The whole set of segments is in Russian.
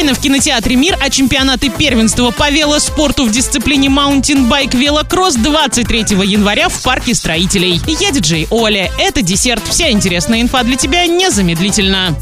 Тайна в кинотеатре «Мир», а чемпионаты первенства по велоспорту в дисциплине маунтинбайк велокросс 23 января в парке строителей. Я диджей Оля. Это десерт. Вся интересная инфа для тебя незамедлительно.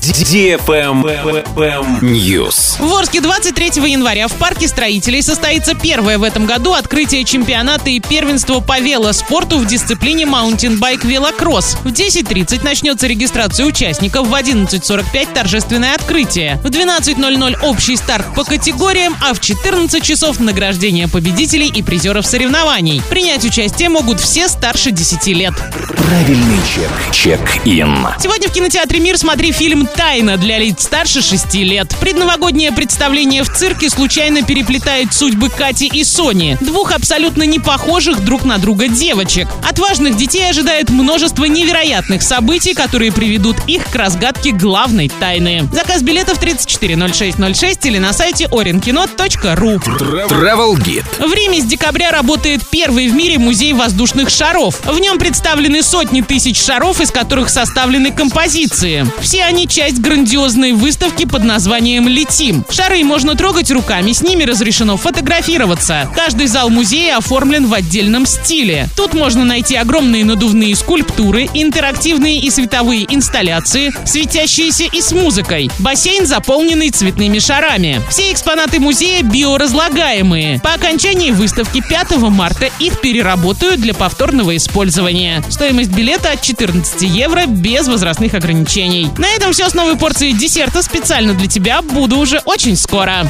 News. В Орске 23 января в парке строителей состоится первое в этом году открытие чемпионата и первенства по велоспорту в дисциплине маунтинбайк велокросс. В 10:30 начнется регистрация участников, в 11:45 торжественное открытие. В 12:00 общий старт по категориям, а в 14 часов награждение победителей и призеров соревнований. Принять участие могут все старше 10 лет. Правильный чек. Чек-ин. Сегодня в кинотеатре «Мир» смотри фильм «Тайна» для лиц старше 6 лет. Предновогоднее представление в цирке случайно переплетает судьбы Кати и Сони, двух абсолютно не похожих друг на друга девочек. Отважных детей ожидает множество невероятных событий, которые приведут их к разгадке главной тайны. Заказ билетов 340606 или на сайте orinkino.ru. Travel Guide. В Риме с декабря работает первый в мире музей воздушных шаров. В нем представлены сотни тысяч шаров, из которых составлены композиции. Все они часть грандиозной выставки под названием «Летим». Шары можно трогать руками, с ними разрешено фотографироваться. Каждый зал музея оформлен в отдельном стиле. Тут можно найти огромные надувные скульптуры, интерактивные и световые инсталляции, светящиеся и с музыкой. Бассейн, заполненный цветными шарами. Все экспонаты музея биоразлагаемые. По окончании выставки 5 марта их переработают для повторного использования. Стоимость билета от 14 евро без возрастных ограничений. На этом все с новой порцией десерта специально для тебя. Буду уже очень скоро.